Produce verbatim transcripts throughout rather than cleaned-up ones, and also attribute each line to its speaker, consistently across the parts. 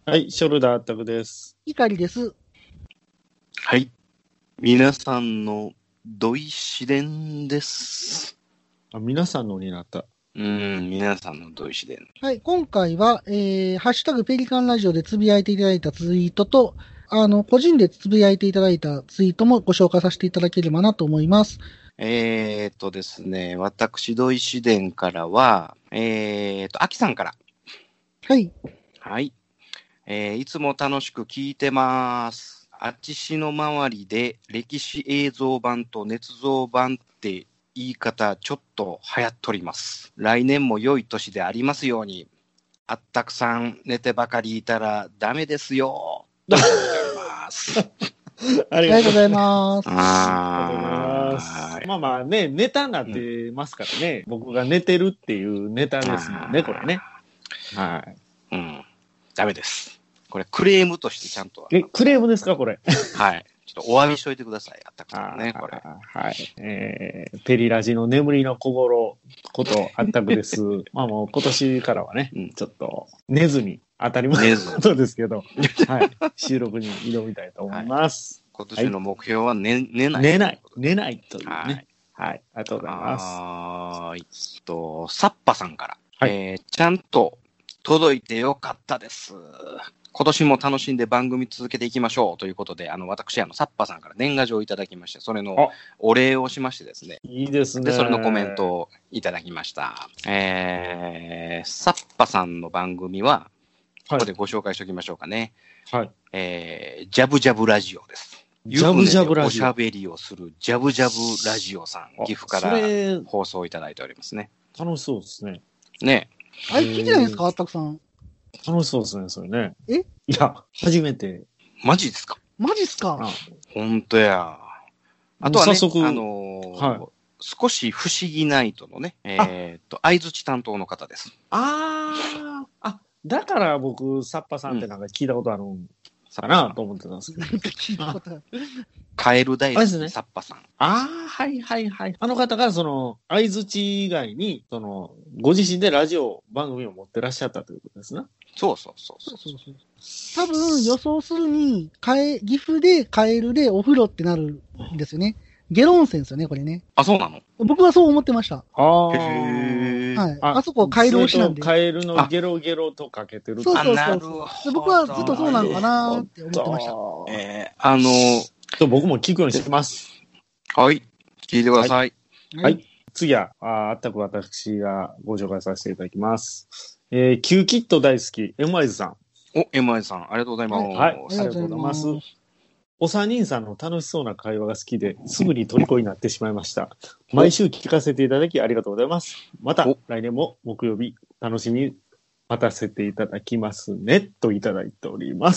Speaker 1: はい、ショルダーあったくです。
Speaker 2: いかりです。
Speaker 3: はい。皆さんの土井紫伝です。
Speaker 1: あ、皆さんのになった。
Speaker 3: うん、皆さんの土井紫伝。
Speaker 2: はい、今回は、えー、ハッシュタグペリカンラジオでつぶやいていただいたツイートと、あの、個人でつぶやいていただいたツイートもご紹介させていただければなと思います。
Speaker 3: えーっとですね、私、土井紫伝からは、えーっと、秋さんから。
Speaker 2: はい。
Speaker 3: はい。えー、いつも楽しく聞いてます。あっちしの周りで歴史映像版と捏造版って言い方ちょっと流行っとります。来年も良い年でありますように。あったくさん寝てばかりいたらダメですよ。といただいております。
Speaker 1: あり
Speaker 2: がとうございます。
Speaker 1: ありがとうございます。まあまあね、ネタになってますからね、うん。僕が寝てるっていうネタですもんね、これね。はい。
Speaker 3: うん。ダメです。これクレームとしてちゃんと。
Speaker 1: え、クレームですか、これ。
Speaker 3: はい。ちょっとお詫びしといてください、あったくさんね、これ。
Speaker 1: はい。えー、ペリラジの眠りの小五郎ことあったくです。まあもう今年からはね、うん、ちょっと寝ずに当たり前のことですけど、はい。収録に挑みたいと思います。
Speaker 3: はい、今年の目標は寝、寝ない。
Speaker 1: 寝ない。寝ないというね。はい。はい。ありがとうございます。
Speaker 3: はい。と、サッパさんから。
Speaker 1: はい、
Speaker 3: えー、ちゃんと届いてよかったです。今年も楽しんで番組続けていきましょうということで、あの、私、あの、サッパさんから年賀状をいただきまして、それのお礼をしましてですね。
Speaker 1: いいですね。
Speaker 3: で、それのコメントをいただきました。えー、サッパさんの番組は、ここでご紹介しておきましょうかね。
Speaker 1: はい。
Speaker 3: えー、ジャブジャブラジオです。
Speaker 1: ジャブジャブラジオ。
Speaker 3: おしゃべりをするジャブジャブラジオさん、岐阜から放送いただいておりますね。
Speaker 1: 楽しそうですね。
Speaker 3: ね
Speaker 2: え。あれ聞いてないんですか、あったくさん。
Speaker 1: 楽しそうですね、それね。
Speaker 2: え
Speaker 1: いや、初めて。
Speaker 3: マジですか
Speaker 2: マジっすか
Speaker 3: ほんとや。あとはね、
Speaker 1: 早速
Speaker 3: あのーはい、少し不思議ナイトのね、えっと、相づち担当の方です。
Speaker 1: あー、あ、だから僕、サッパさんってなんか聞いたことあるんかなと思ってたんですけど。
Speaker 2: なんか聞いたことある。
Speaker 3: カエル大好き、サッパさん。
Speaker 1: ああ、はいはいはい。あの方が、その、相づち以外に、その、ご自身でラジオ番組を持ってらっしゃったということですね。
Speaker 3: そうそうそうそう。
Speaker 2: そうそうそう。多分予想するに、かえ、岐阜でカエルでお風呂ってなるんですよね。ゲロ温泉ですよね、これね。
Speaker 3: あ、そうなの？
Speaker 2: 僕はそう思ってました。
Speaker 1: ああ。
Speaker 3: へ
Speaker 2: はい。あ, あそこカエル推しなんで。
Speaker 1: カエルのゲロゲロとかけてる。
Speaker 2: そうそうそうそう。僕はずっとそうなのかなって思ってました。
Speaker 3: えー、あのー、
Speaker 1: と僕も聞くようにしてます。
Speaker 3: はい。聞いてください。
Speaker 1: はい。はい、次は、ああったく私がご紹介させていただきます。えー、キューキット大好き、エムアイズさん。
Speaker 3: お、エムアイズさん、ありがとうございます。
Speaker 1: はい。はい、ありがとうございます。お三人さんの楽しそうな会話が好きで、すぐに虜になってしまいました。毎週聞かせていただきありがとうございます。また、来年も木曜日、楽しみに待たせていただきますね、といただいております。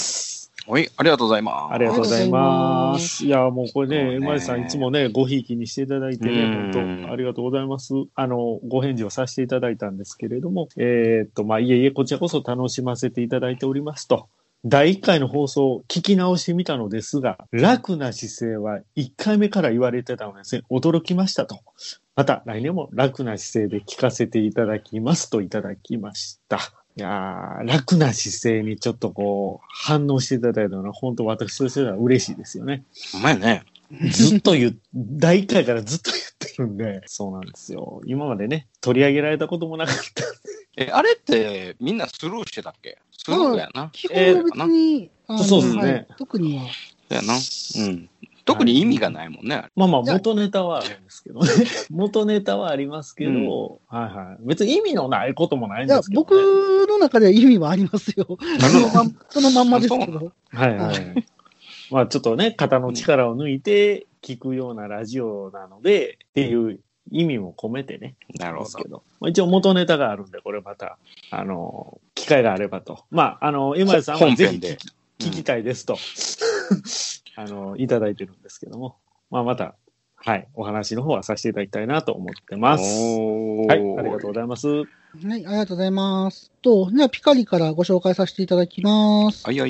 Speaker 3: はい、ありがとうございます。
Speaker 1: ありがとうございます。いや、もうこれね、エムアイさんいつもね、ごひいきにしていただいてね、本当ありがとうございます。あの、ご返事をさせていただいたんですけれども、えー、っと、まあ、いえいえ、こちらこそ楽しませていただいておりますと。だいいっかいの放送を聞き直してみたのですが、楽な姿勢はいっかいめから言われてたのですね、驚きましたと。また来年も楽な姿勢で聞かせていただきますといただきました。いやー、楽な姿勢にちょっとこう、反応していただいたのは本当私としては嬉しいですよね。
Speaker 3: うまいね。
Speaker 1: ずっと言う、だいいっかいからずっと言ってるんで、そうなんですよ。今までね、取り上げられたこともなかったんで。
Speaker 3: え、あれってみんなスルーしてたっけ？スルーやな。
Speaker 2: 基本は別に、
Speaker 1: えー、そうですね、はい。
Speaker 2: 特には。
Speaker 3: やな。うん。特に意味がないもんね。はい、
Speaker 1: まあまあ、元ネタはあるんですけどね。元ネタはありますけど、うん、はいはい。別に意味のないこともないんですけど、ね。
Speaker 2: いや、僕の中では意味はありますよ。そのまん、そのまんまですけど。
Speaker 1: はいはい。まあちょっとね、肩の力を抜いて聞くようなラジオなので、うん、っていう意味も込めてね。
Speaker 3: なるほど。
Speaker 1: まあ、一応元ネタがあるんで、これまた、あの、機会があればと。まあ、あの、エムアイさんはぜひ聞き、聞きたいですと。あの、いただいてるんですけども。まあ、また、はい、お話の方はさせていただきたいなと思ってます。はい、ありがとうございます。はい、
Speaker 2: ありがとうございます。と、では、ピカリからご紹介させていただきます。
Speaker 3: はいはい。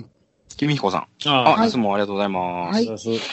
Speaker 2: きみひこさん。
Speaker 3: きみひこさん。あ、はい、いつもありがとうございます。はい。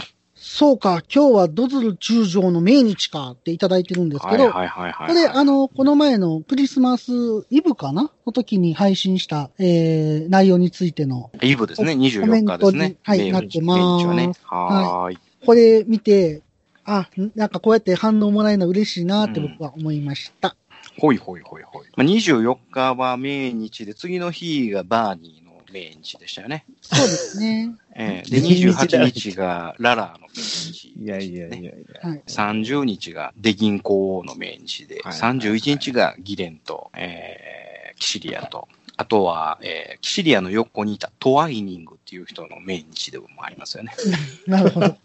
Speaker 2: そうか、今日はドズル中将の命日かっていただいてるんですけど、
Speaker 3: はいはいはいはい。
Speaker 2: これ、あの、この前のクリスマスイブかなの時に配信した、えー、内容についての。
Speaker 3: イブですね、にじゅうよっかですね。
Speaker 2: はい、なってます。
Speaker 3: 命日はね。はーい。
Speaker 2: これ見て、あ、なんかこうやって反応もらえるの嬉しいなって僕は思いました。
Speaker 3: うん、ほいほいほいほい。まあ、にじゅうよっかは命日で、次の日がバーニーの命日でしたよね。
Speaker 2: そうですね。
Speaker 3: えー、で、にじゅうはちにちがララーの命日、
Speaker 1: いやいやいやいや。
Speaker 3: さんじゅうにちがデギンコ王の命日で、はい、さんじゅういちにちがギレンと、えー、キシリアと、あとは、えー、キシリアの横にいたトワイニングっていう人の命日でもありますよね。
Speaker 2: なるほど。はい、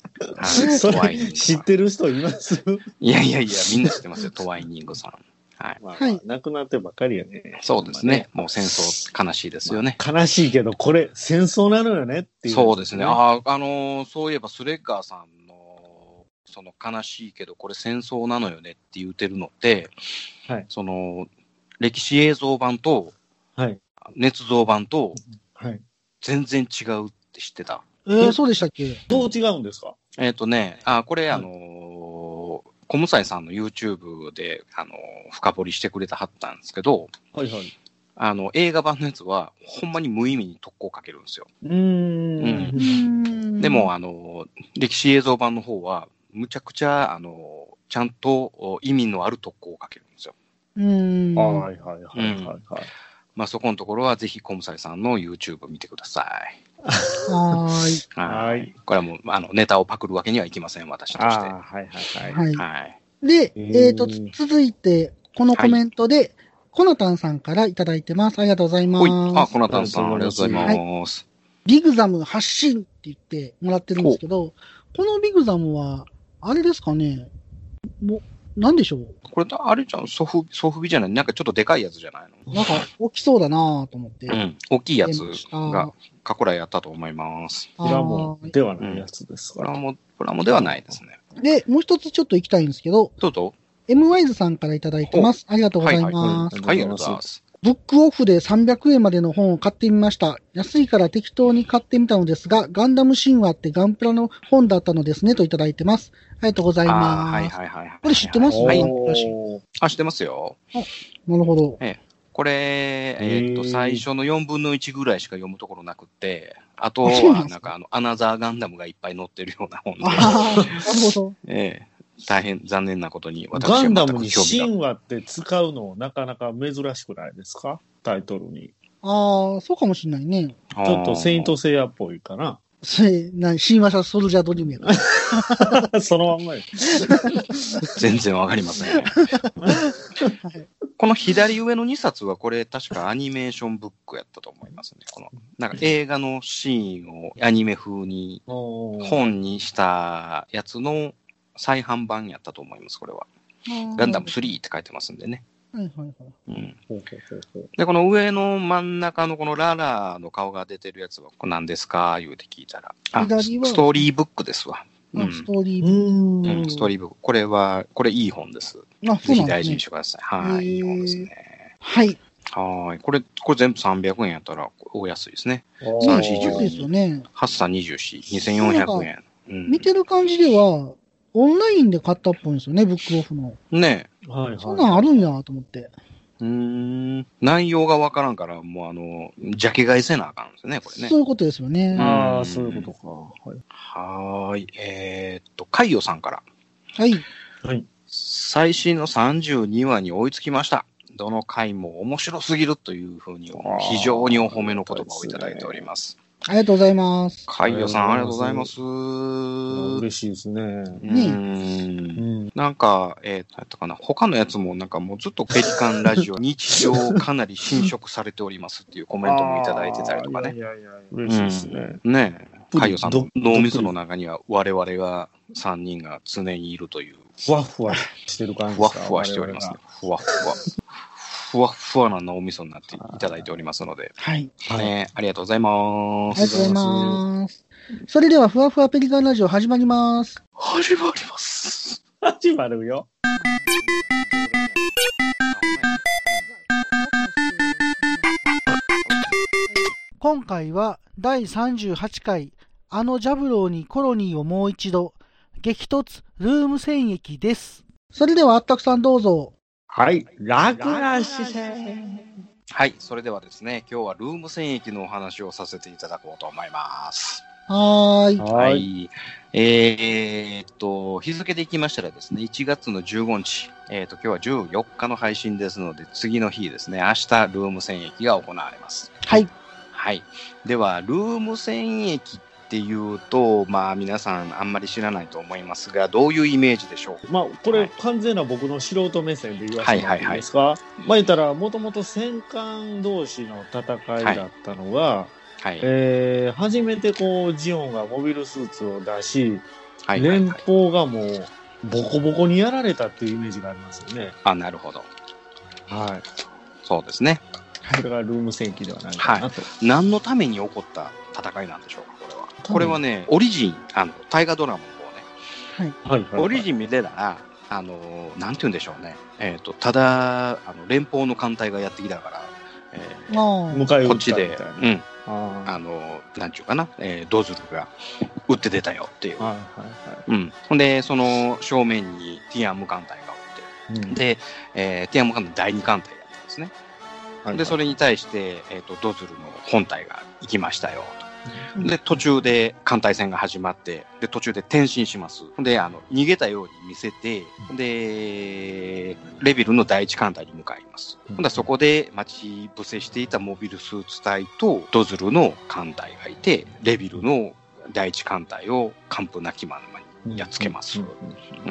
Speaker 1: トワイニング知ってる人います？
Speaker 3: いやいやいや、みんな知ってますよ、トワイニングさん。はい。
Speaker 1: まあまあ、亡くなってばっかりやね。
Speaker 3: そうですね。もう戦争悲しいですよね。
Speaker 1: まあ、悲しいけど、これ戦争なのよねっていう、ね。
Speaker 3: そうですね。ああ、あのー、そういえばスレッガーさんの、その悲しいけど、これ戦争なのよねって言ってるのって、はい。その、歴史映像版と、はい。捏造版と、はい。全然違うって知ってた。
Speaker 2: えー、そうでしたっけ？
Speaker 1: どう違うんですか？
Speaker 3: えっとね、あ、これ、はい、あのー、コムサイさんの YouTube で、あの、深掘りしてくれたはったんですけど、はいはい。あの、映画版のやつは、ほんまに無意味に特攻かけるんですよ。うーん。うん。でも、あの、歴史映像版の方は、むちゃくちゃ、あの、ちゃんと意味のある特攻をかけるんですよ。
Speaker 2: うーん。
Speaker 1: はいはいはいはい、はい。
Speaker 3: まあ、そこのところは、ぜひ、コムサイさんの YouTube 見てください。
Speaker 2: はーい。
Speaker 3: はい。これはもう、あの、ネタをパクるわけにはいきません、私として。
Speaker 1: はいはいはい。
Speaker 2: はい。で、えっと、続いて、このコメントで、はい、コナタンさんからいただいてます。ありがとうございます。
Speaker 3: あ、コナタンさん、ありがとうございます。
Speaker 2: はい、ビグザム発信って言ってもらってるんですけど、このビグザムは、あれですかね、もなんでしょう
Speaker 3: これ、あれじゃん、ソフ、ソフビじゃないなんかちょっとでかいやつじゃないの
Speaker 2: なんか、大きそうだなぁと思って。
Speaker 3: うん、大きいやつが、過去来やったと思います。
Speaker 1: プラモではないやつですか、
Speaker 3: うん、プラモ、プラモではないですね。
Speaker 2: で、もう一つちょっと行きたいんですけど、
Speaker 3: どうぞ。
Speaker 2: エムワイズ さんからいただいてます。ありがとうございます。
Speaker 3: はい、ありがとうございます。
Speaker 2: ブックオフでさんびゃくえんまでの本を買ってみました。安いから適当に買ってみたのですが、ガンダム神話ってガンプラの本だったのですねといただいてます。ありがとうございます。
Speaker 3: はいはいはい。
Speaker 2: これ知ってます？
Speaker 3: はい。
Speaker 2: は
Speaker 3: あ、知ってますよ。
Speaker 2: なるほど。
Speaker 3: ええ、これ、えっと、最初のよんぶんのいちぐらいしか読むところなくって、あとは、なんか、あの、アナザーガンダムがいっぱい載ってるような本で。
Speaker 2: ああ、なるほど。
Speaker 3: ええ。大変残念なことに
Speaker 1: 私は全くガンダムに神話って使うのなかなか珍しくないですかタイトルに。
Speaker 2: ああ、そうかもしれないね。
Speaker 1: ちょっとセイントセイヤっぽいかな。
Speaker 2: それ、な、神話者ソルジャードリームやか
Speaker 1: ら。そのまんまや。
Speaker 3: 全然わかりません、ね。はい、この左上のにさつはこれ確かアニメーションブックやったと思いますね。この、なんか映画のシーンをアニメ風に本にしたやつの再販版やったと思います、これは。ガンダムスリーって書いてますんでね。
Speaker 2: はいはいはい。
Speaker 3: うん。で、この上の真ん中のこのララの顔が出てるやつは、これ何ですか言うて聞いたら。あ、ストーリーブックですわ。
Speaker 2: うん、ストーリーブッ
Speaker 3: ク。うん、ストーリーブック。これは、これいい本です。
Speaker 2: あ、
Speaker 3: ぜひ大事にしてください。はい、いい本ですね。
Speaker 2: はい。
Speaker 3: はい。これ、これ全部さんびゃくえんやったらお安いですね。
Speaker 2: さん、よん、じゅう。ですよね。
Speaker 3: はちさんにじゅうよん、にせんよんひゃくえん。
Speaker 2: うん、見てる感じでは、オンラインで買ったっぽいんですよね、ブックオフの。
Speaker 3: ね
Speaker 2: え。はい、はい。そんなんあるんやと思って。
Speaker 3: うーん。内容がわからんから、もうあの、ジャケ買いせなあかんですね、これね。
Speaker 2: そういうことですよね。
Speaker 1: ああ、そういうことか。
Speaker 3: はい。はーい。えー、っと、カイヨさんから。
Speaker 2: はい。
Speaker 1: はい。
Speaker 3: 最新のさんじゅうにわに追いつきました。どの回も面白すぎるというふうに、非常にお褒めの言葉をいただいております。
Speaker 2: ありがとうございます。
Speaker 3: カイヨさん、ありがとうございます。
Speaker 1: 嬉しいですね。
Speaker 3: うん。なんか、えっと、やったかな。他のやつもなんかもうずっとペリカンラジオ、日常かなり侵食されておりますっていうコメントもいただいてたりとかね。
Speaker 1: いやいやいや、嬉しいですね。
Speaker 3: ねえ。カイヨさんの脳みその中には我々がさんにんが常にいるという。
Speaker 1: ふわふわしてる感じ
Speaker 3: ですか。ふわふわしておりますね。ふわふわ。ふわふわな脳みそになっていただいておりますので。
Speaker 2: はい。
Speaker 3: ね、ありがとうございます。
Speaker 2: ありがとうございます。それでは、ふわふわペリカンラジオ始まります。
Speaker 3: 始まります。
Speaker 1: 始まるよ。
Speaker 2: 今回はだいさんじゅうはちかい、あのジャブローにコロニーをもう一度、 激突ルーム戦役です。それではあったくさんどうぞ。
Speaker 1: はい、楽な姿勢。
Speaker 3: はい、それではですね、今日はルーム戦役のお話をさせていただこうと思います。
Speaker 2: はーい。
Speaker 3: はい。えー、っと、日付でいきましたらですね、いちがつのじゅうごにち、えー、っと、今日はじゅうよっかの配信ですので、次の日ですね、明日、ルーム戦役が行われます。
Speaker 2: はい。
Speaker 3: はい。では、ルーム戦役っていうと、まあ、皆さんあんまり知らないと思いますが、どういうイメージでしょう？
Speaker 1: まあ、これ、
Speaker 3: はい、
Speaker 1: 完全な僕の素人目線で言わせてもらっていいですか？はいはいはい、まあ、言ったら、もともと戦艦同士の戦いだったのが、はいはい、えー、初めてこうジオンがモビルスーツを出し、はいはいはい、連邦がもうボコボコにやられたっていうイメージがありますよね。
Speaker 3: あ、なるほど。
Speaker 1: はい。
Speaker 3: そうですね。
Speaker 1: それがルーム戦記ではないかなと、はい。
Speaker 3: 何のために起こった戦いなんでしょうか、これは。これはね、オリジン、あの大河ドラマの方ね、はいはいはいはい、オリジン見てたら、あのなんて言うんでしょうね、えーと、ただあの連邦の艦隊がやってきたから、えー、迎え撃ったみたいな、こっちで、うん、あ, あのなんちゅうかな、えー、ドズルが撃って出たよっていう、はいはいはい、うん、でその正面にティアム艦隊がおって、うん、で、えー、ティアム艦隊だいに艦隊やったんですね、はいはい、でそれに対して、えーと、ドズルの本隊が行きましたよと。で途中で艦隊戦が始まってで途中で転進します。であの逃げたように見せてでレビルの第一艦隊に向かいます。ほんだそこで待ち伏せしていたモビルスーツ隊とドズルの艦隊がいてレビルの第一艦隊を完膚なきままにやっつけます。うん、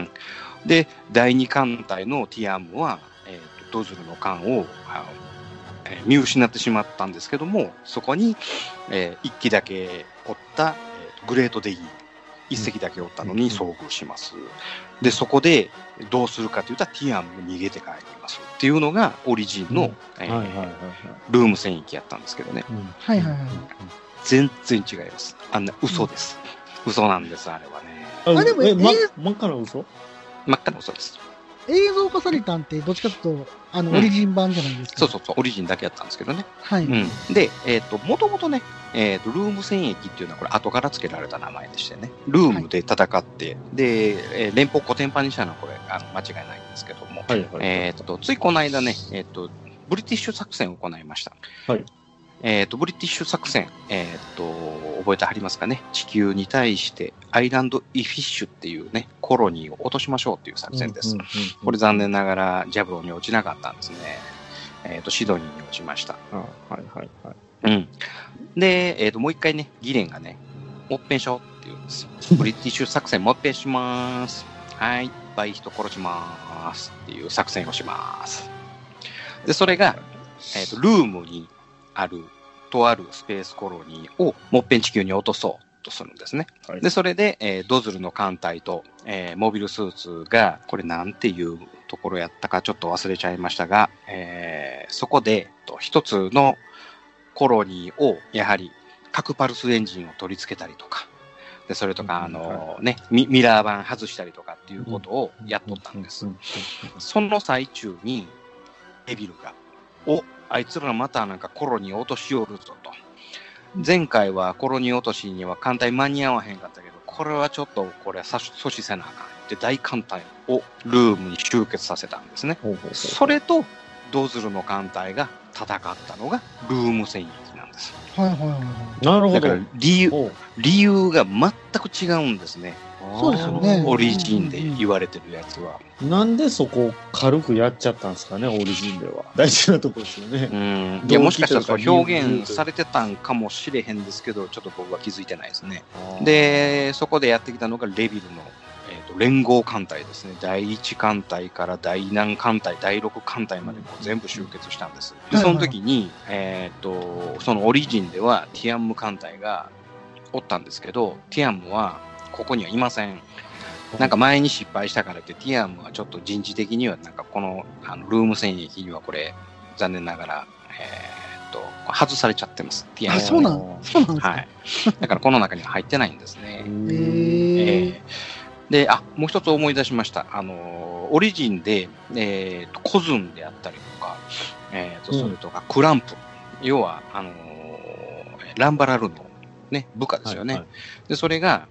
Speaker 3: で第二艦隊のティアムは、えー、とドズルの艦をえー、見失ってしまったんですけどもそこに、えー、いっきだけおった、えー、グレートデイいっ隻だけおったのに遭遇します、うん、でそこでどうするかといったらティアンも逃げて帰りますっていうのがオリジンのルーム戦役やったんですけどね、うん、
Speaker 2: はいはいはい
Speaker 3: 全然違います。あんな嘘です、うん、嘘なんですあれはね。
Speaker 1: あでもえ、ま、真っ赤な嘘
Speaker 3: 真っ赤な嘘です。
Speaker 2: 映像化されたんってどっちかというとあの、うん、オリジン版じゃないですか。
Speaker 3: そうそうそうオリジンだけやったんですけどね。
Speaker 2: はい。うん、
Speaker 3: でえっ、ー、ともともとね、えっ、ー、とルーム戦役っていうのはこれ後から付けられた名前でしてねルームで戦って、はい、で、えー、連邦コテンパンにしたのはこれあの間違いないんですけども、はいはいはい、えっ、ー、とついこの間ねえっ、とブリティッシュ作戦を行いました。はい。えっ、とブリティッシュ作戦えっ、と覚えてはりますかね。地球に対してアイランドイフィッシュっていうねコロニーを落としましょうっていう作戦です、うんうんうんうん、これ残念ながらジャブローに落ちなかったんですね。えっ、とシドニーに落ちました。あはいはいはい。うん。でえっ、ともう一回ねギレンがねもっぺんしょって言うんですよ。ブリティッシュ作戦もっぺんしますはいいっぱい人殺しますっていう作戦をします。でそれが、えっ、とルームにあるとあるスペースコロニーをもっぺん地球に落とそうとするんですね、はい、でそれで、えー、ドズルの艦隊と、えー、モビルスーツがこれなんていうところやったかちょっと忘れちゃいましたが、えー、そこでと一つのコロニーをやはり核パルスエンジンを取り付けたりとかでそれとか、うん、あのね、ミ, ミラー板外したりとかっていうことをやっとったんです、うんうん、その最中にエビルがおあいつらまたなんかコロニー落としよるぞと。前回はコロニー落としには艦隊間に合わへんかったけど、これはちょっとこれは阻止せなあかんって大艦隊をルームに集結させたんですね。ほうほうほうそれとドズルの艦隊が戦ったのがルーム戦役なんです。
Speaker 2: はいはいはい。
Speaker 1: なるほど。
Speaker 3: だから理由理由が全く違うんですね。
Speaker 2: そうですよね。
Speaker 3: オリジンで言われてるやつは。
Speaker 1: なんでそこを軽くやっちゃったんですかね、オリジンでは。大事なところですよね。
Speaker 3: うん。いや、もしかしたらそう表現されてたんかもしれへんですけど、ちょっと僕は気づいてないですね。で、そこでやってきたのがレビルの、えーと、連合艦隊ですね。だいいち艦隊から第何艦隊、だいろく艦隊までこう全部集結したんです。で、その時に、えっと、そのオリジンではティアンム艦隊がおったんですけど、ティアンムはここにはいません。なんか前に失敗したからってティアムはちょっと人事的にはなんかこの、あのルーム戦役にはこれ残念ながら、えー、っと外されちゃってます。ティアムは、ね、
Speaker 2: あ、そうなん、そうなんですか。
Speaker 3: はい。だからこの中には入ってないんですね。
Speaker 2: へー。
Speaker 3: えー、で、あ、もう一つ思い出しました。あのオリジンで、えー、とコズンであったりとか、えー、とそれとかクランプ、うん、要はあのランバラルのね部下ですよね。はいはい、でそれが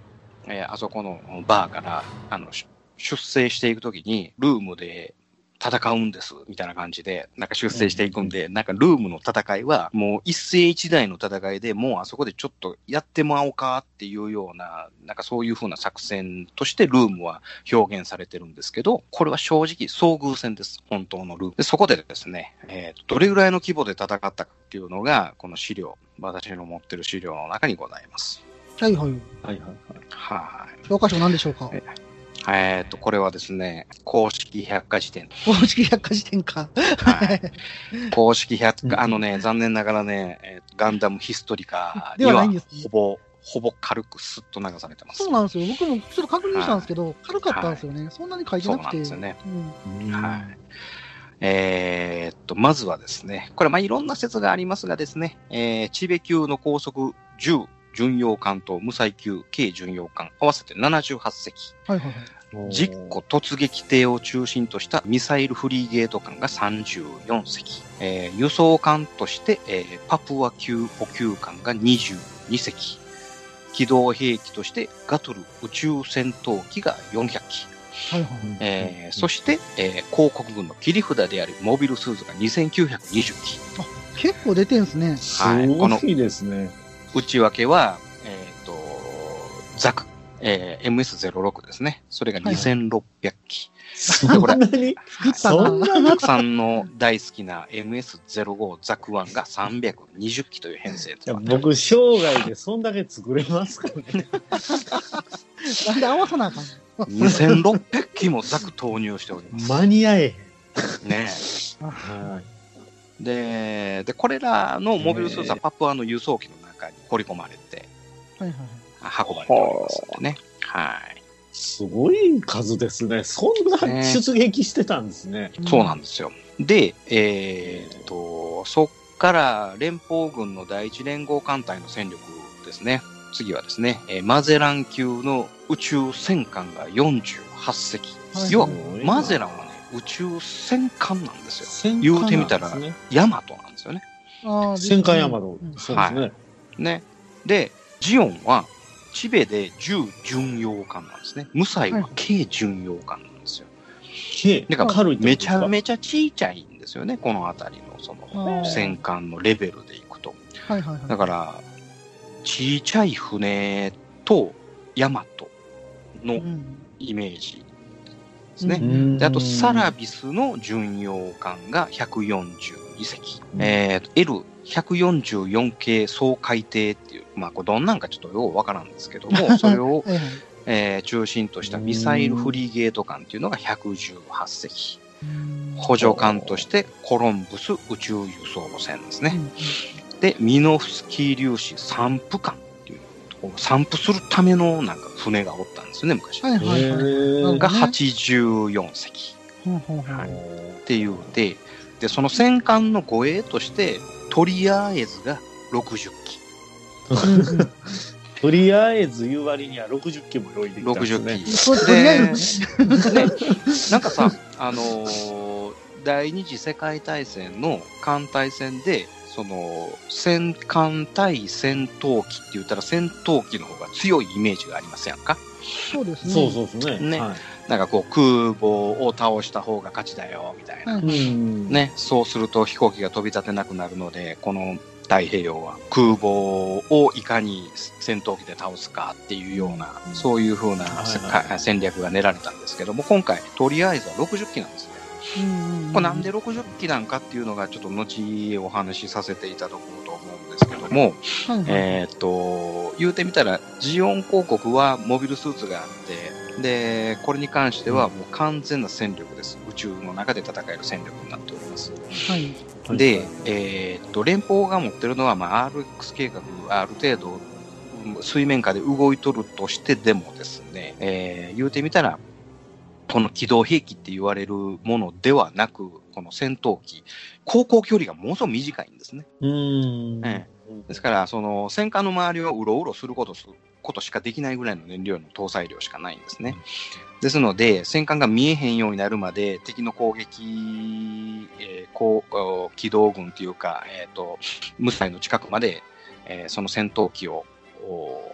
Speaker 3: えーあそこのバーからあのし出征していくときにルームで戦うんですみたいな感じでなんか出征していくんで、なんかルームの戦いはもう一世一代の戦いでもうあそこでちょっとやってもらおうかっていうようななんかそういう風な作戦としてルームは表現されてるんですけど、これは正直遭遇戦です、本当のルームで。そこでですね、えーとどれぐらいの規模で戦ったかっていうのがこの資料、私の持ってる資料の中にございます。
Speaker 2: はいはい。
Speaker 1: はいはいはい。
Speaker 3: はい。
Speaker 2: 教科書何でしょうか？
Speaker 3: ええーと、これはですね、公式百科事典。
Speaker 2: 公式百科事典か。
Speaker 3: はい。公式百科、あのね、残念ながらね、えーガンダムヒストリカには
Speaker 2: ではないんですね
Speaker 3: ほぼ、ほぼ軽くスッと流されてます。
Speaker 2: そうなんですよ。僕もちょっと確認したんですけど、軽かったんですよね。そんなに書いてなくて。
Speaker 3: そうなんですよね。
Speaker 2: うん
Speaker 3: はい。えーっと、まずはですね、これ、まあ、いろんな説がありますがですね、えー、チベ級の高速じゅう巡洋艦と無載級軽巡洋艦合わせてななじゅうはっせき。
Speaker 2: はいはいはい。
Speaker 3: 実行突撃艇を中心としたミサイルフリーゲート艦がさんじゅうよんせき、えー輸送艦として、えーパプア級補給艦がにじゅうにせき、機動兵器としてガトル宇宙戦闘機がよんひゃっき、
Speaker 2: はいはい。
Speaker 3: えーそして、えー広告軍の切り札であるモビルスーツがにせんきゅうひゃくにじゅっき。
Speaker 2: 結構出てんすね。
Speaker 3: はい
Speaker 1: すごいですね。
Speaker 3: 内訳は、えっ、と、ザク、えーエムエスゼロろく ですね。それがにせんろっぴゃっき。
Speaker 1: そんなに
Speaker 2: 作った
Speaker 1: そん
Speaker 2: な。
Speaker 1: な
Speaker 3: たくさんの大好きな エムエスゼロご ザクワンがさんびゃくにじゅっきという編成
Speaker 1: いや
Speaker 3: で。
Speaker 1: 僕、生涯でそんだけ作れますかね。
Speaker 2: なんで合わさなあかんの？
Speaker 3: にせんろっぴゃっきもザク投入しております。
Speaker 1: 間に合えへん。
Speaker 3: ね
Speaker 1: は
Speaker 3: で、で、これらのモビルスーツはパプアの輸送機の中に掘り込まれて
Speaker 2: はいはいはい。
Speaker 3: 運ばれておりますんでね。はい。
Speaker 1: い。すごい数ですね。そんな出撃してたんですね。
Speaker 3: そうなんですよ。で、えーっと、そっから連邦軍の第一連合艦隊の戦力ですね。次はですね、えーマゼラン級の宇宙戦艦がよんじゅうはっせき。
Speaker 2: はい
Speaker 3: 要は、
Speaker 1: すごいな
Speaker 3: マゼランはね、宇宙戦艦なんですよ。
Speaker 1: 戦
Speaker 3: 言うてみたら
Speaker 1: 艦なんですね
Speaker 3: ヤマトなんですよね。
Speaker 2: ああ、
Speaker 1: 戦艦ヤマト
Speaker 2: うん。
Speaker 1: そうですね。
Speaker 3: ね。で、ジオンは、チベで準巡洋艦なんですね。ムサイは軽巡洋艦なんですよ。
Speaker 1: 軽
Speaker 3: だから
Speaker 1: 軽いって
Speaker 3: めち
Speaker 1: ことですか
Speaker 3: ゃめちゃちいちゃいんですよね、この辺りのその
Speaker 2: あー
Speaker 3: 戦艦のレベルでいくと。
Speaker 2: はいはいはい。
Speaker 3: だから、ちいちゃい船とヤマトの
Speaker 2: うん、
Speaker 3: イメージですね。
Speaker 2: うん
Speaker 3: であと、サラビスの巡洋艦がひゃくよんじゅうにせき。
Speaker 2: うん
Speaker 3: えー、エルひゃくよんじゅうよん 系総海底っていう、まあ、これどんなんかちょっとようわからんですけども、それを、
Speaker 2: はいはい。
Speaker 3: えー中心としたミサイルフリーゲート艦っていうのがひゃくじゅうはっせき。
Speaker 2: うん
Speaker 3: 補助艦としてコロンブス宇宙輸送船ですね。
Speaker 2: うん
Speaker 3: で、ミノフスキー粒子散布艦っていうところ、散布するためのなんか船がおったんですよね、昔。
Speaker 2: はいはいはい。
Speaker 1: へー
Speaker 3: が
Speaker 2: ね
Speaker 3: はちじゅうよんせき
Speaker 2: ほうほうほう
Speaker 3: はいっていうで、で、その戦艦の護衛として、とりあえずがろくじゅっき。
Speaker 2: うんうん
Speaker 1: とりあえず言う割にはろくじゅっきも用意できたん
Speaker 3: ろくじゅっ
Speaker 1: ですね。
Speaker 3: き。
Speaker 2: そうとりあえず
Speaker 3: ね、なんかさ、あのー第二次世界大戦の艦隊戦で、その、戦艦対戦闘機って言ったら戦闘機の方が強いイメージがありませんか？
Speaker 2: そうですね。
Speaker 1: そうそうですね。
Speaker 3: ね
Speaker 1: はい
Speaker 3: なんかこう空母を倒した方が勝ちだよ、みたいな。
Speaker 2: はい
Speaker 1: うん
Speaker 3: ね、そうすると飛行機が飛び立てなくなるので、この太平洋は空母をいかに戦闘機で倒すかっていうような、そういう風な
Speaker 1: はいはい
Speaker 3: か戦略が練られたんですけども、今回とりあえずはろくじゅっきなんですね。
Speaker 2: うんうん
Speaker 3: これなんでろくじゅっきなんかっていうのがちょっと後お話しさせていただこうと思うんですけども、
Speaker 2: はいはい
Speaker 3: えーっと、言うてみたら、ジオン広告はモビルスーツがあって、で、これに関してはもう完全な戦力です。宇宙の中で戦える戦力になっております。
Speaker 2: はい。
Speaker 1: はい
Speaker 3: で、えーっと、連邦が持ってるのは、まあ、アールエックス 計画、ある程度、水面下で動いとるとしてでもですね、えー言うてみたら、この機動兵器って言われるものではなく、この戦闘機、航行距離がものすごく短いんですね。
Speaker 1: うん。
Speaker 3: えですから、その戦艦の周りをうろうろすることすことしかできないぐらいの燃料の搭載量しかないんですね。ですので、戦艦が見えへんようになるまで、敵の攻撃、えーこうお機動軍というか、えっ、と、無彩の近くまで、えーその戦闘機をお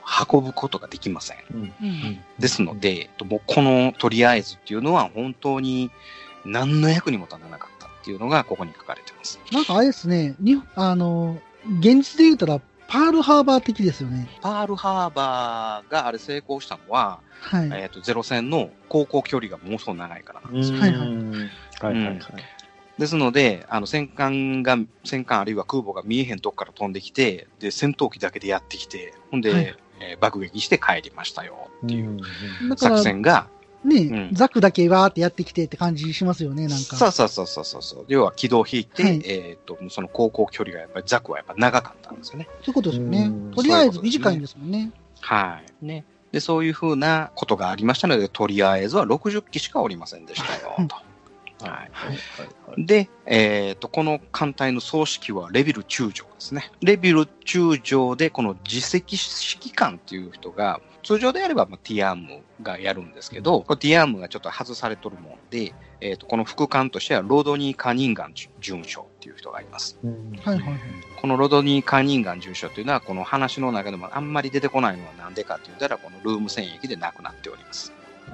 Speaker 3: 運ぶことができません。
Speaker 1: うん
Speaker 2: うん
Speaker 3: ですので、もうこのとりあえずっていうのは本当に何の役にも立たなかったっていうのがここに書かれてます。
Speaker 2: なんかあれですね、にあの、現実で言うたら、パールハーバー的ですよね。
Speaker 3: パールハーバーがあれ成功したのは、
Speaker 2: はい。
Speaker 3: えっと、ゼロ戦の航行距離がものすごく長いからなんですよ。
Speaker 2: はいはい
Speaker 1: はいはいはい。
Speaker 3: ですので、あの戦艦が、戦艦あるいは空母が見えへんとこから飛んできて、で、戦闘機だけでやってきて、ほんで、
Speaker 2: はい
Speaker 3: えー爆撃して帰りましたよっていう
Speaker 2: だから
Speaker 3: 作、戦が、
Speaker 2: ね、
Speaker 3: うん
Speaker 2: ザクだけわーってやってきてって感じしますよね、なんか。
Speaker 3: そうそうそうそうそうそう。要は軌道を引いて、
Speaker 2: はい
Speaker 3: えっ、と、その航行距離がやっぱりザクはやっぱ長かったんですよね。
Speaker 2: そういうことですよね
Speaker 1: うん。
Speaker 2: とりあえず短いんですもんね。
Speaker 3: はい。ね。で、そういうふうなことがありましたので、とりあえずはろくじゅっきしかおりませんでしたよ、と。はい。で、えっ、と、この艦隊の総指揮はレビル中将ですね。レビル中将で、この次席指揮官っていう人が、通常であればまあティアームがやるんですけど、これティアームがちょっと外されとるもんで、えっ、と、この副官としてはロドニー・カニンガン准将っていう人がいます。
Speaker 2: はいはいはい。
Speaker 3: このロドニー・カニンガン准将というのは、この話の中でもあんまり出てこないのはなんでかって言ったら、このルーム戦役で亡くなっております。
Speaker 2: あ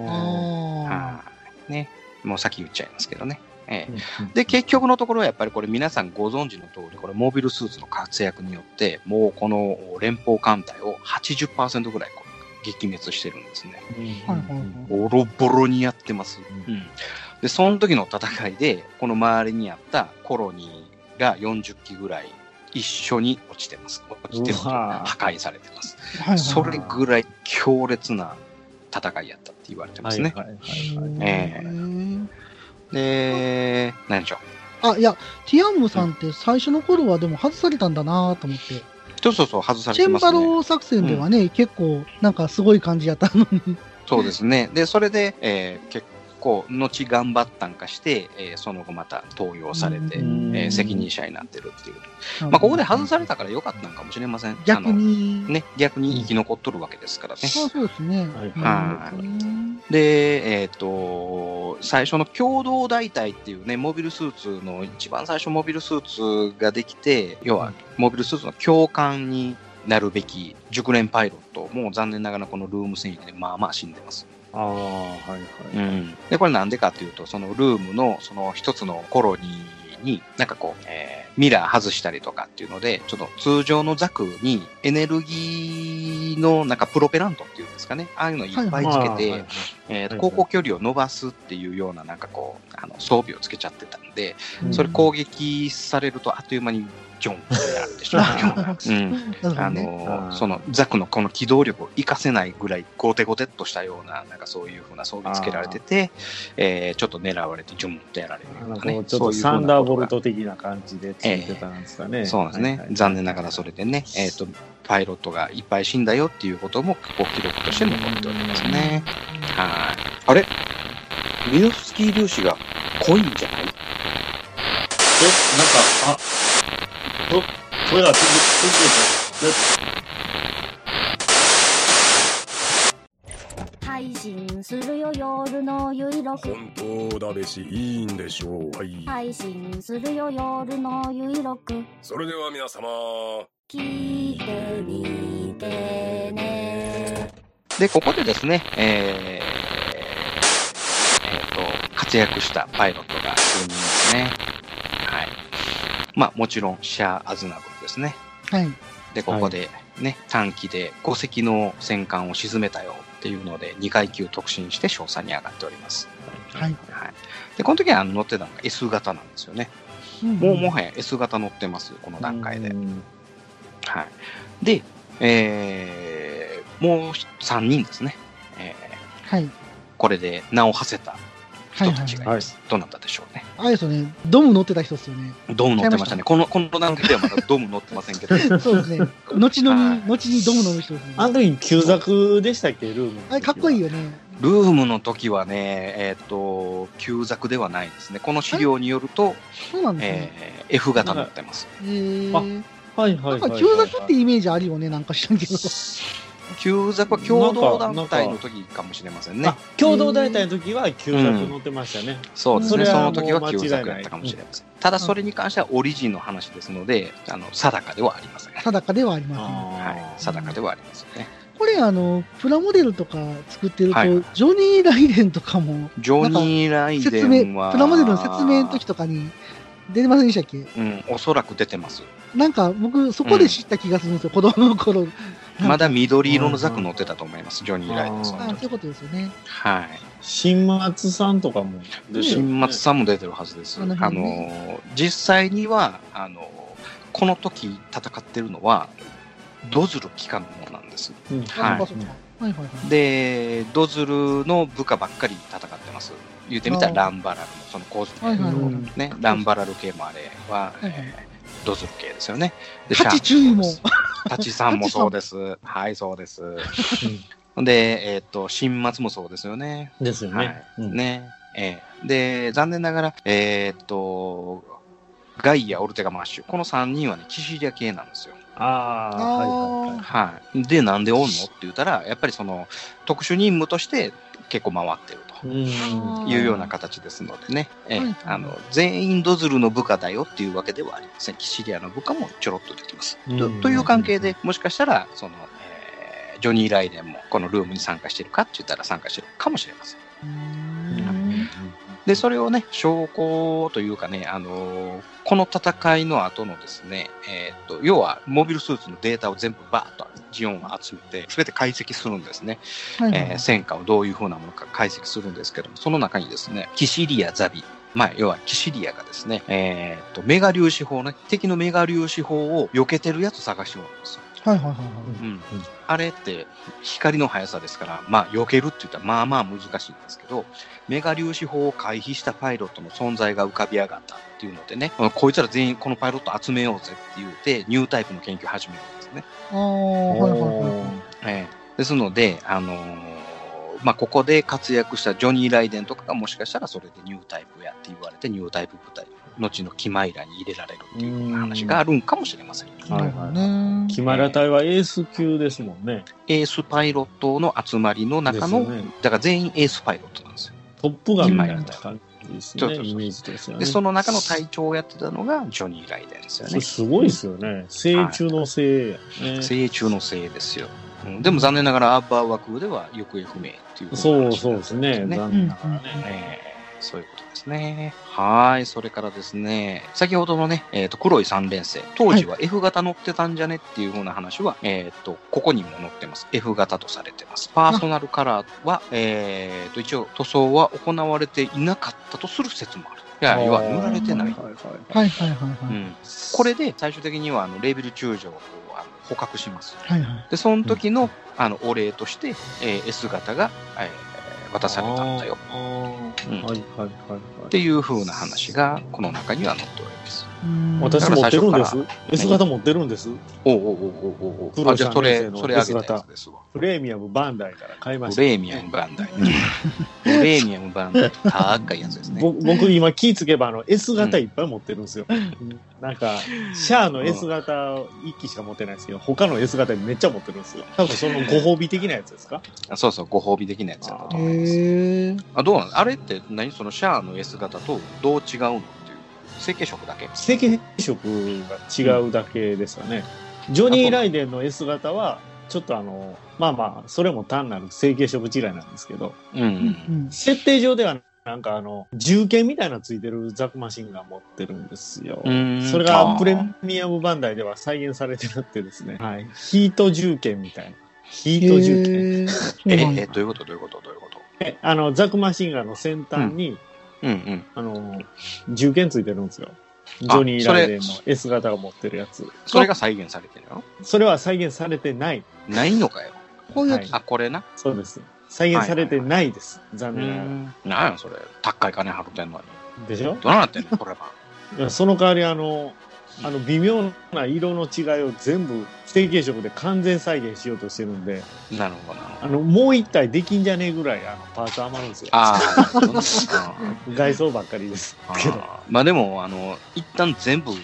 Speaker 3: はい。ね。もう先言っちゃいますけどね。ええ
Speaker 1: うん
Speaker 3: で、結局のところはやっぱりこれ皆さんご存知の通り、これモビルスーツの活躍によって、もうこの連邦艦隊を はちじゅっパーセント ぐらいこう撃滅してるんですね。
Speaker 2: はいはいはい
Speaker 3: ボロボロにやってます。うん。で、その時の戦いで、この周りにあったコロニーがよんじゅっきぐらい一緒に落ちてます。落ちてると
Speaker 1: うわ
Speaker 3: 破壊されてます。
Speaker 2: はいはい。
Speaker 3: それぐらい強烈な戦いやったって言われてますね。
Speaker 1: はいはいはいはい。
Speaker 3: え
Speaker 2: へー
Speaker 3: で、何でしょう。
Speaker 2: あ、いや、ティアンムさんって最初の頃はでも外されたんだなと思って。
Speaker 3: そうそうそう、外され
Speaker 2: チェンバ
Speaker 3: てますね。
Speaker 2: ロ作戦ではね、結構なんかすごい感じやったのに。
Speaker 3: そうですね。で、それで、えー結構、後頑張ったんかして、えーその後また登用されて、
Speaker 2: うん
Speaker 3: えー責任者になってるっていう。まあ、ここで外されたから良かったのかもしれません。
Speaker 2: 逆
Speaker 3: あの
Speaker 2: に。
Speaker 3: ね、逆に生き残っとるわけですからね。
Speaker 2: あそうですね。
Speaker 1: はい
Speaker 3: はい
Speaker 2: うん
Speaker 3: で、えっ、と、最初の共同大隊っていうね、モビルスーツの、一番最初モビルスーツができて、要は、モビルスーツの教官になるべき熟練パイロット、もう残念ながらこのルーム戦役でまあまあ死んでます。
Speaker 1: ああ、はいはい。
Speaker 3: うん。で、これなんでかっていうと、そのルームのその一つのコロニーに、なんかこう、えーミラー外したりとかっていうので、ちょっと通常のザクにエネルギーのなんかプロペラントっていうんですかね、ああいうのいっぱいつけて、
Speaker 1: はいはいはい
Speaker 3: えーと
Speaker 1: はい
Speaker 3: 航行距離を伸ばすっていうようななんかこう、あの装備をつけちゃってたんで、
Speaker 1: うん
Speaker 3: それ攻撃されるとあっという間にジョンってやるでしょ。うん。
Speaker 2: なるほど
Speaker 3: あ
Speaker 2: ね。
Speaker 3: の
Speaker 1: あー
Speaker 3: そのザクのこの機動力を活かせないぐらいゴテゴテっとしたような、なんかそういうふうな装備つけられてて、えーちょっと狙われてジュンとやられるようなね
Speaker 1: なんかこう。ちょっと
Speaker 3: そういうふうな
Speaker 1: サンダーボ
Speaker 3: ことが
Speaker 1: ルト的な感じでついてたんですかね。
Speaker 3: そうなんですね。
Speaker 1: はいはい
Speaker 3: 残念ながらそれでね、えっ、と、パイロットがいっぱい死んだよっていうことも、こう記録として残っておりますね。はい。あれミノフスキー粒子が濃いんじゃない
Speaker 1: え、なんか、あ、と、これは、ちょっ
Speaker 4: 配信するよ夜のゆいろく
Speaker 5: 本当だべしいいんでしょう。はい。
Speaker 4: 配信するよ夜のゆいろく
Speaker 5: それでは皆様。
Speaker 4: 聞いてみてね
Speaker 3: で、ここでですね、えー、えーと、活躍したパイロットが数人ですね。はい。まあ、もちろん、シャア・アズナブルですね。
Speaker 2: はい。
Speaker 3: で、ここでね、短期でご隻の戦艦を沈めたよっていうので、にかい級特進して賞賛に上がっております。
Speaker 2: はい。
Speaker 3: はい。で、この時は乗ってたのが エス 型なんですよね。もうもはや エス 型乗ってます、この段階で。
Speaker 1: うん
Speaker 3: はい。で、えー、もうさんにんですね。えー、
Speaker 2: はい。
Speaker 3: これで名を馳せた
Speaker 2: はいはい
Speaker 3: 人たちがいます。どなたでしょうね。
Speaker 2: あれですよね。ドム乗ってた人ですよね。
Speaker 3: ドム乗ってましたね。この、この段階ではまだドム乗ってませんけど。
Speaker 2: そうですね。後の
Speaker 3: はい
Speaker 2: に、後にドム乗る人ですね。
Speaker 1: あの時、旧ザでしたっけ、ルームの時は。
Speaker 2: あれかっこいいよね。
Speaker 3: ルームの時はね、えっ、と、旧ザクではないですね。この資料によると、
Speaker 2: そうなんですね。
Speaker 3: えー、F 型乗ってます。
Speaker 2: えー、
Speaker 1: はいはいはいはい。
Speaker 2: なんか旧作ってイメージあるよね、なんか知らんけど。
Speaker 3: 旧ザクは共同団体の時かもしれませんね。
Speaker 1: あ、共同団体の時は旧ザク乗ってましたね。
Speaker 3: うん、そうですね。その時は旧ザク
Speaker 1: や
Speaker 3: やったかもしれません。ただそれに関してはオリジンの話ですので、あの定かではありません。
Speaker 2: 定かではありません。
Speaker 3: はい、定かではありませんね。
Speaker 2: これあのプラモデルとか作ってると、
Speaker 3: はい、
Speaker 2: ジョニー・ライデンとかも
Speaker 3: ジョニー・ライデンは
Speaker 2: 説明プラモデルの説明の時とかに出てませんでしたっけ？
Speaker 3: うん、おそらく出てます。
Speaker 2: なんか僕そこで知った気がするんですよ、うん、子供の頃。
Speaker 3: まだ緑色のザク乗ってたと思います、ジョニー・ライデンさん。
Speaker 2: ああ、そういうことですよね。
Speaker 3: はい。
Speaker 1: 新松さんとかも
Speaker 3: 出てる、新松さんも出てるはずです。あの、ね、実際にはあのこの時戦ってるのはドズル機関のものなんです。うん、はい。はいはいはい、でドズルの部下ばっかり戦ってます。言ってみたらランバラルのその構図の、はいはいはい、ね、ランバラル系もあれは、はいはい、えー、ドズル系ですよね。
Speaker 2: でタチチュウも
Speaker 3: タチさんもそうです。はいそうです。でえっ、ー、と新松もそうですよね。
Speaker 1: ですよね。はい、
Speaker 3: うん、ね、えー、で残念ながらえっ、ー、とガイアオルテガマッシュこのさんにんはねキシリア系なんですよ。
Speaker 1: ああ、はいはい
Speaker 3: はい。で、なんでおんのって言ったら、やっぱりその、特殊任務として結構回ってるというような形ですのでね、ええ、あの全員ドズルの部下だよっていうわけではありません。キシリアの部下もちょろっと出てきます。と, という関係でもしかしたら、その、えー、ジョニー・ライデンもこのルームに参加してるかって言ったら参加してるかもしれません。で、それをね、証拠というかね、あのー、この戦いの後のですね、えー、っと、要は、モビルスーツのデータを全部バーッとジオンが集めて、すべて解析するんですね。はいはい、えー、戦果をどういう風なものか解析するんですけども、その中にですね、キシリア・ザビ、まあ、要はキシリアがですね、えー、っと、メガ粒子砲ね、敵のメガ粒子砲を避けてるやつ探してるんですよ。はいはいはいはい。うん。あれって光の速さですから、まあ、避けるって言ったらまあまあ難しいんですけど、メガ粒子砲を回避したパイロットの存在が浮かび上がったっていうのでね、こいつら全員このパイロット集めようぜって言って、ニュータイプの研究を始めるんですね。ああ、はいはいはい。えー、ですので、あのー、まあ、ここで活躍したジョニー・ライデンとかがもしかしたらそれでニュータイプやって言われて、ニュータイプ部隊、後のキマイラに入れられるっていう話があるんかもしれません。はい
Speaker 1: はい。キマイラ隊はエース級ですもんね。
Speaker 3: エースパイロットの集まりの中の、ね、だから全員エースパイロットなんですよ。
Speaker 1: トップガンみたいな感じですね。イメージですよね。
Speaker 3: で、その中の隊長をやってたのがジョニー・ライデンですよね。
Speaker 1: すごいですよね。精中の精やね。
Speaker 3: 精中の精ですよ。うん、でも残念ながらアッバー枠では行方不明っていう、ね。
Speaker 1: そうそうですね。残念ながらね。
Speaker 3: えーそういうことですね。はい。それからですね、先ほどのね、えっと、黒い三連星。当時は F 型乗ってたんじゃねっていう風な話は、はい、えっと、ここにも載ってます。F 型とされてます。パーソナルカラーは、えっと、一応塗装は行われていなかったとする説もある。いや、要は塗られてない。はいはいはいはい。うん。これで最終的には、あの、レーベル中将をあの捕獲します。はいはい。で、その時の、うん、あの、お礼として、えー、S 型が、えー渡されたんだよ。うん、はいはいはいはい。っていう風な話がこの中には載っております。
Speaker 1: 私持ってるんです。S 型持ってるんです。
Speaker 3: おおおおおお。あ、じゃあそれそれあげたやつですわ。
Speaker 1: プレミアムバンダイから買いました。
Speaker 3: プレミアムバンダイ。プレミアムバンダイ高いやつですね。
Speaker 1: 僕今気ぃつけばあの S 型いっぱい持ってるんですよ。なんかシャアの S 型いっきしか持ってないですけど、他の S 型めっちゃ持ってるんですよ。多分そのご褒美的なやつですか？
Speaker 3: そうそう、ご褒美的なやつだと思います。あ、どうなの？あれって何そのシャアの S 型とどう違うの？成型色だけ
Speaker 1: 成型色が違うだけですよね。うん、ジョニー・ライデンの S 型は、ちょっとあの、まあまあ、それも単なる成型色違いなんですけど、うんうん、設定上ではなんかあの、銃剣みたいなのついてるザクマシンガン持ってるんですよ。それがプレミアムバンダイでは再現されてなってですね、はい、ヒート銃剣みたいな。ヒート銃剣。
Speaker 3: ええ、どういうことどういうことどういうこと
Speaker 1: え、あの、ザクマシンガンの先端に、うんうんうん、あの銃剣ついてるんですよ。ジョニー・ライデンの S 型が持ってるやつ。
Speaker 3: それが再現されてるの？
Speaker 1: それは再現されてない。
Speaker 3: ないのかよ。
Speaker 2: こういうやつ、
Speaker 3: はい、あ、これな。
Speaker 1: そうです。再現されてないです。はいはいはい、残念
Speaker 3: ながら。なんやそれ。高い金払ってんのに。
Speaker 1: でしょ？
Speaker 3: どうなってんのこれは。
Speaker 1: いや、その代わりあの、あの微妙な色の違いを全部成型色で完全再現しようとしてるんで、
Speaker 3: なるほどな。
Speaker 1: あのもう一体できんじゃねえぐらいあのパーツ余るんですよ。ああ、外装ばっかりですけど。
Speaker 3: まあでもあの一旦全部あの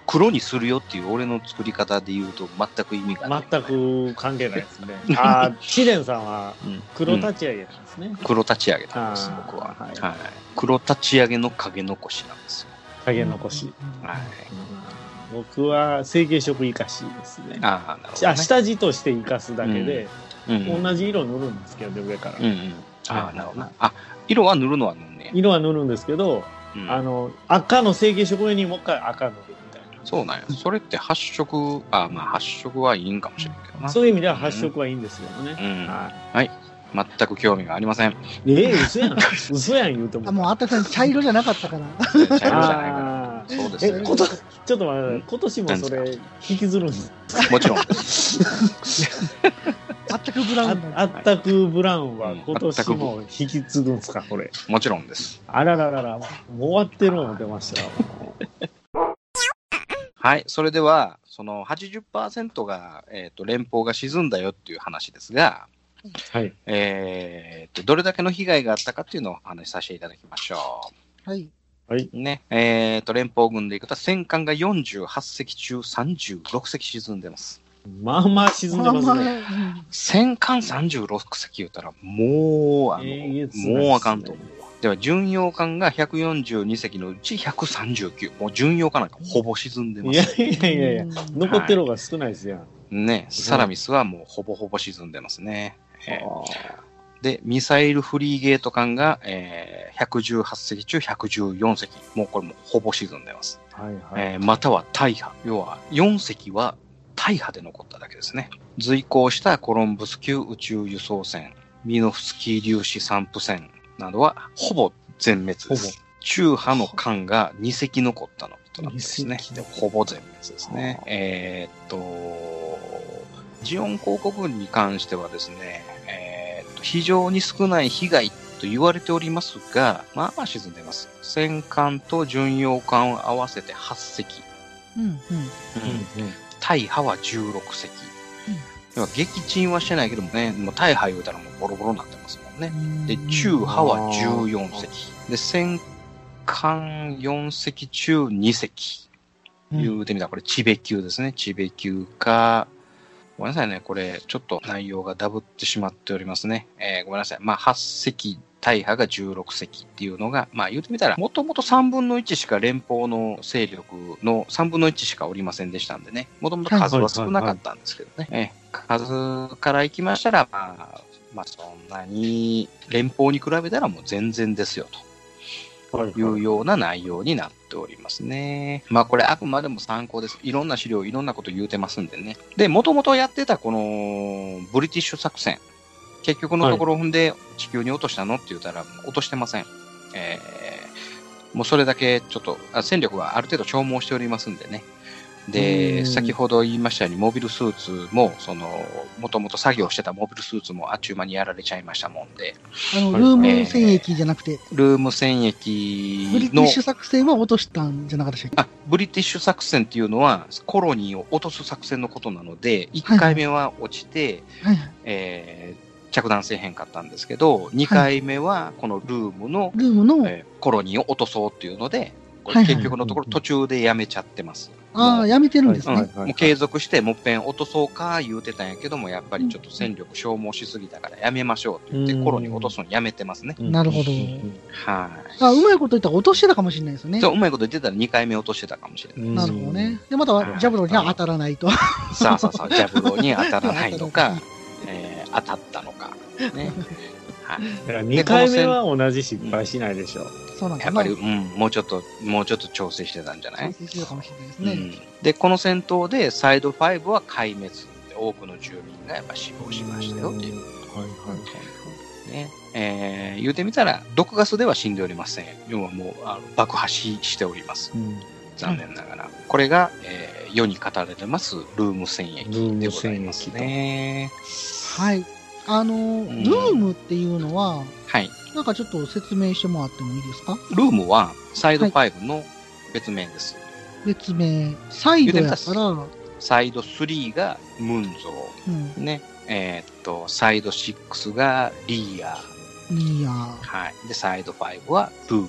Speaker 3: 黒にするよっていう俺の作り方で言うと全く意味がない。
Speaker 1: 全く関係ないですね。ああ、知念さんは黒立ち上げなんですね。
Speaker 3: うん、黒立ち上げなんです、僕は、はいはい。黒立ち上げの影残しなんですよ。
Speaker 1: 影残し。
Speaker 3: はい。
Speaker 1: 僕は成型色生かしですね。
Speaker 3: ああ、なるほど、ね。
Speaker 1: 下地として生かすだけで、
Speaker 3: うんうん、
Speaker 1: 同じ色塗るんですけど、上から。
Speaker 3: うんうん、ああ、なるほど。あ、色は塗るのは塗るね。
Speaker 1: 色は塗るんですけど、うん、あの、赤の成型色上にもう一回赤塗るみたいな。
Speaker 3: そうなんや。それって発色、あ、まあ発色はいいんかもしれんけどな。
Speaker 1: そういう意味では発色はいいんですよね。
Speaker 3: うんうん、はい。はい。全く興味がありません。
Speaker 1: ええー、嘘やん。嘘やん言うても。
Speaker 2: あ、もうあったさん茶色じゃなかったから。
Speaker 3: 茶色じゃないから。そうですね。
Speaker 1: え、こと、ちょっと待って、今年もそれ引きずるんです
Speaker 3: もちろんです。
Speaker 2: あったくブラウン。
Speaker 1: あったくブラウンは今年も引き継ぐんですか、これ。
Speaker 3: もちろんです。
Speaker 1: あらららら、もう終わってるの出ましたよ。
Speaker 3: はい、それでは、その はちじゅっパーセント が、えっと、連邦が沈んだよっていう話ですが、
Speaker 1: はい。
Speaker 3: えー、と、どれだけの被害があったかっていうのをお話しさせていただきましょ
Speaker 2: う。はい。
Speaker 1: はい。
Speaker 3: ね。えー、と、連邦軍でいくと、戦艦がよんじゅうはち隻中さんじゅうろく隻沈んでます。
Speaker 1: まあまあ沈んでますね。まあまあ、
Speaker 3: 戦艦さんじゅうろく隻言うたら、もう、あの、えー、もうあかんと思う。では、巡洋艦がひゃくよんじゅうに隻のうちひゃくさんじゅうきゅう。もう巡洋艦なんかほぼ沈んでます。
Speaker 1: いやいやいやいや、残ってる方が少ないですよ。はい、
Speaker 3: ね。サラミスはもうほぼほぼ沈んでますね。えー、で、ミサイルフリーゲート艦が、えー、ひゃくじゅうはち隻中ひゃくじゅうよん隻。もうこれもほぼ沈んでます。
Speaker 1: はいはい。
Speaker 3: えー、または大破。要はよん隻は大破で残っただけですね。随行したコロンブス級宇宙輸送船、ミノフスキー粒子散布船などはほぼ全滅です。中波の艦がに隻残ったのとなってますね。でほぼ全滅ですね。えー、っと、ジオン広告軍に関してはですね、えー、っと非常に少ない被害と言われておりますが、まあまあ沈んでます。戦艦と巡洋艦を合わせてはち隻。
Speaker 2: うんうんうん、
Speaker 3: 大破はじゅうろく隻。うん、撃沈はしてないけどもね、もう大破言うたらもうボロボロになってますもんね。で、中破はじゅうよん隻。で、戦艦よん隻中に隻。言うてみたら、これ、チベ級ですね。チベ級か、ごめんなさいね。これ、ちょっと内容がダブってしまっておりますね。えー、ごめんなさい。まあ、はち隻、大破がじゅうろく隻っていうのが、まあ、言うてみたら、もともとさんぶんのいちしか連邦の勢力のさんぶんのいちしかおりませんでしたんでね。もともと数は少なかったんですけどね。はいはいはい、えー、数からいきましたら、まあ、まあ、そんなに、連邦に比べたらもう全然ですよ、というような内容になっておりますね。まあこれあくまでも参考です。いろんな資料、いろんなこと言うてますんでね。で、もともとやってたこのブリティッシュ作戦。結局のところ踏んで地球に落としたのって言ったら落としてません。えー、もうそれだけちょっと戦力がある程度消耗しておりますんでね。で、先ほど言いましたようにモビルスーツも、その、もともと作業してたモビルスーツもあっちゅう間にやられちゃいましたもんで。
Speaker 2: あの、ルーム戦役じゃなくて。
Speaker 3: えー、ルーム戦役の。
Speaker 2: ブリティッシュ作戦は落としたんじゃなかったでしたっけ？
Speaker 3: あ、ブリティッシュ作戦っていうのは、コロニーを落とす作戦のことなので、いっかいめは落ちて、はいはい、えー、着弾せえへんかったんですけど、にかいめはこのルームの、
Speaker 2: ルームの、
Speaker 3: えー、コロニーを落とそうっていうので、これ結局のところ途中でやめちゃってます。
Speaker 2: ああ、やめてるんですね。
Speaker 3: うん、もう継続して、もっぺん落とそうか言うてたんやけども、やっぱりちょっと戦力消耗しすぎたからやめましょうって言って、コロニー落とすのやめてますね。
Speaker 2: なるほど。はい、
Speaker 3: あ。
Speaker 2: あ、うまいこと言ったら落としてたかもしれないですよね。
Speaker 3: そう、うまいこと言ってたらにかいめ落としてたかもしれない。
Speaker 2: なるほどね。で、またジャブロには当たらないと。
Speaker 3: そうそうそう、ジャブロに当たらないのか、えー、当たったのか。ね。
Speaker 1: はい。だからにかいめは同じ失敗しないでしょう。
Speaker 2: そうなん
Speaker 3: やっぱり、うん、もうちょっと、もうちょっと調整してたんじゃない？
Speaker 2: 調整してたかもしれないですね。うん、
Speaker 3: で、この戦闘でサイドファイブは壊滅で、多くの住民がやっぱ死亡しましたよっていう。はいはいはい。ね。えー、言うてみたら、毒ガスでは死んでおりません。要はもう、あの爆破ししております。うん、残念ながら。これが、えー、世に語られます、ルーム戦役でございますね。
Speaker 2: はい。あの、うん、ルームっていうのは、
Speaker 3: はい。
Speaker 2: なんかちょっと説明してもらってもいいですか？
Speaker 3: ルームはサイドファイブの別名です。
Speaker 2: はい、別名。サイドやから。
Speaker 3: サイドスリーがムンゾー。うん、ね。えー、っと、サイドシックスがリーヤー。
Speaker 2: リーヤー。
Speaker 3: はい。で、サイドファイブはルームで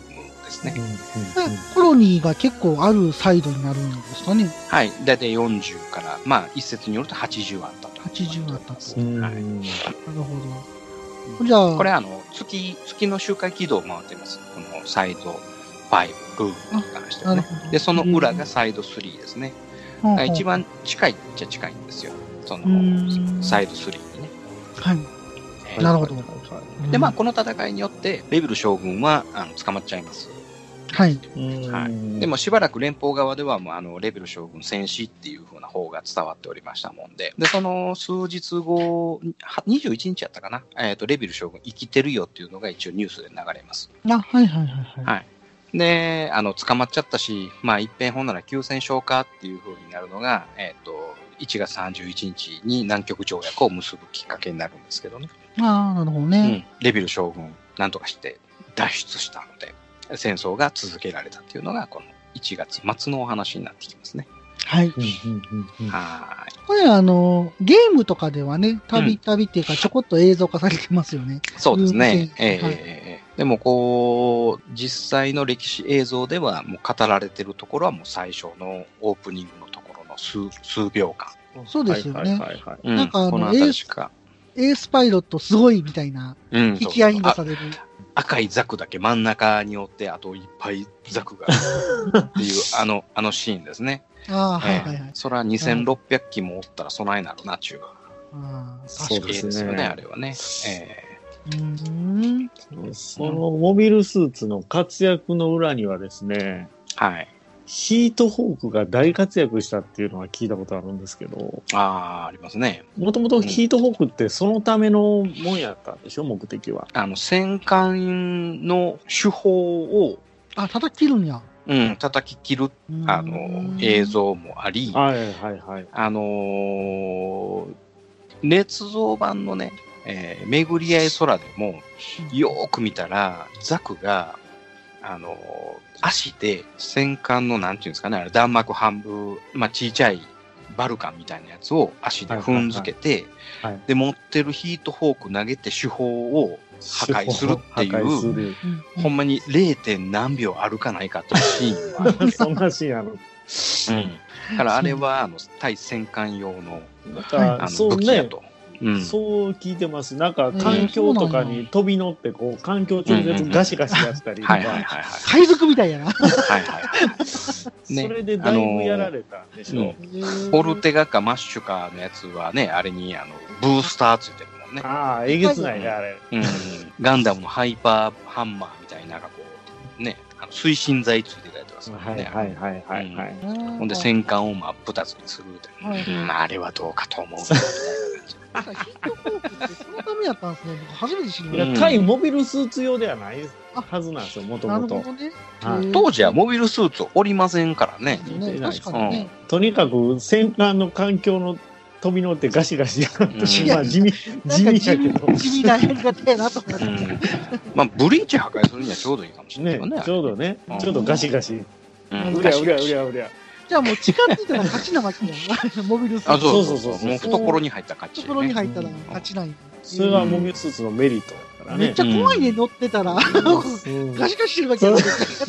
Speaker 3: ですね。
Speaker 1: うんうんうん
Speaker 2: コロニーが結構あるサイドになるんですかね。
Speaker 3: はい。だいたいよんじゅうから、まあ、一説によるとはちじゅうあったと。
Speaker 2: はちじゅうあったと。
Speaker 1: うん
Speaker 3: はい。
Speaker 2: なるほど。じゃあ、
Speaker 3: これあの、月、月の周回軌道を回ってます。このサイドご、ルールに関してはね。
Speaker 2: なるほど。
Speaker 3: で、その裏がサイドスリーですね。
Speaker 2: ほうほう
Speaker 3: 一番近いっちゃ近いんですよ。そ
Speaker 2: うーん
Speaker 3: の、サイドスリーにね。
Speaker 2: はい。
Speaker 3: えー
Speaker 2: なるほど。
Speaker 3: で、まあ、この戦いによって、レビル将軍は、あの、捕まっちゃいます。
Speaker 2: はい。
Speaker 3: はい。でも、しばらく連邦側では、もう、あの、レビル将軍戦死っていう風な方が伝わっておりましたもんで。で、その数日後、はにじゅういちにちやったかな。えっと、レビル将軍生きてるよっていうのが一応ニュースで流れます。
Speaker 2: あ、はいはいはいはい。
Speaker 3: はい。で、あの、捕まっちゃったし、まあ、一遍ほんなら休戦消化っていう風になるのが、えっと、いちがつさんじゅういちにちに南極条約を結ぶきっかけになるんですけどね。
Speaker 2: ああ、なるほど
Speaker 3: う
Speaker 2: ね。
Speaker 3: ん。レビル将軍、なんとかして脱出したので、戦争が続けられたっていうのが、このいちがつ末のお話になってきますね。
Speaker 2: はい。
Speaker 1: うんうんうんうん
Speaker 3: はーい。
Speaker 2: これあの、ゲームとかではね、たびたびっていうかちょこっと映像化されてますよね。
Speaker 3: そうですね。
Speaker 2: うん
Speaker 3: ええ
Speaker 2: はい
Speaker 3: ええでもこう、実際の歴史映像ではもう語られてるところはもう最初のオープニングのところの数数秒間。
Speaker 2: そうですよね
Speaker 1: はいはいはいはい。
Speaker 3: うん、
Speaker 2: なんかあの
Speaker 3: このあたりしか。
Speaker 2: エースパイロットすごいみたいな、
Speaker 3: うん、
Speaker 2: 引き合いに出
Speaker 3: そう
Speaker 2: される。
Speaker 3: あ赤いザクだけ真ん中におって、あといっぱいザクがあるっていう、あの、あのシーンですね。
Speaker 2: ああ、はいはいはい
Speaker 3: ええ。それはにせんろっぴゃくきもおったら備えなるなっちゅう。
Speaker 2: ああ、
Speaker 1: そう
Speaker 2: 確か
Speaker 1: ですね
Speaker 3: ですよね、あれはね。ええ
Speaker 2: に。うーん。
Speaker 1: そのモビルスーツの活躍の裏にはですね、
Speaker 3: はい。
Speaker 1: ヒートホークが大活躍したっていうのは聞いたことあるんですけど、
Speaker 3: ああ、ありますね。
Speaker 1: もともとヒートホークってそのためのもんやったんでしょ、目的は。
Speaker 3: あの、戦艦の手法を、
Speaker 2: あ、叩き切るんや。
Speaker 3: うん、叩き切る、あの、映。像もあり、
Speaker 1: はいはいはい。
Speaker 3: あのー、捏造版のね、えー巡り合い空でも、よーく見たら、ザクが、あのー足で戦艦の、なんていうんですかね、あれ、弾幕半分、まあ、ちいちゃいバルカンみたいなやつを足で踏んづけて、
Speaker 1: はいはい
Speaker 3: で、持ってるヒートフォーク投げて手法を破壊するってい
Speaker 1: 破壊す
Speaker 3: う、
Speaker 1: る。
Speaker 3: ほんまに れい. 点何秒あるかないかというシーンは、
Speaker 1: そんなシーンある。
Speaker 3: うん。だからあれは、あの、対戦艦用の、
Speaker 1: なん
Speaker 3: あ
Speaker 1: か、
Speaker 3: の、
Speaker 1: そうね。
Speaker 3: 武器やと。うん。
Speaker 1: そう聞いてます。なんか、環境とかに飛び乗って、こう、環境調節ガシガシやったりとか。
Speaker 3: はいはいはいはい。
Speaker 2: 海賊みたいやな。
Speaker 3: はいはいはい。
Speaker 1: それでだいぶやられたんでしょ。
Speaker 3: ポルテガかマッシュかのやつはね、あれに、あの、ブースターついてるもんね。
Speaker 1: ああ、えげつないね、あれ。
Speaker 3: うん。ガンダムのハイパーハンマーみたいな、なんかこう、ね、あの推進剤ついてたりとかする
Speaker 1: はい
Speaker 3: ね。
Speaker 1: はいはいはいはい。
Speaker 3: ほんで戦艦を真っ二つにするって、
Speaker 2: はい
Speaker 3: うんあれはどうかと思うみたいな感じ。
Speaker 2: ヒートフォークってそのためやったんですね。僕初めて知り
Speaker 1: い
Speaker 2: まし
Speaker 1: や、対モビルスーツ用ではないはずなんですよ、もと
Speaker 2: た。な
Speaker 1: もと。
Speaker 2: るほどね。
Speaker 1: はい
Speaker 2: へー
Speaker 3: 当時はモビルスーツおりませんからね。
Speaker 2: ね、確かにね。
Speaker 1: とにかく戦艦の環境の飛び乗ってガシガシやるって
Speaker 3: うん
Speaker 1: まあ地味、地
Speaker 2: なんか
Speaker 1: 味やけど。
Speaker 2: 地味なやり方やなと思って。
Speaker 3: うんまあ、ブリーチ破壊するにはちょうどいいかもしれない
Speaker 1: ね
Speaker 3: けどね。、
Speaker 1: ちょうどね
Speaker 3: うん、
Speaker 1: ちょうどガシガシ。
Speaker 3: うん
Speaker 1: うりゃうりゃうりゃうりゃ。
Speaker 2: じゃあもう近づいたら勝ちなわけやな。モビルスー
Speaker 3: あ、
Speaker 2: ツ。
Speaker 3: そうそうそうう。
Speaker 1: そそうそう
Speaker 3: もう懐に入った感じ、ね。
Speaker 2: 懐に入ったら勝ちない。
Speaker 1: それがモビルスーツのメリットだからね
Speaker 2: めっち。ゃ怖いね、乗ってたら。
Speaker 1: うん
Speaker 2: ガシガシしてるわけや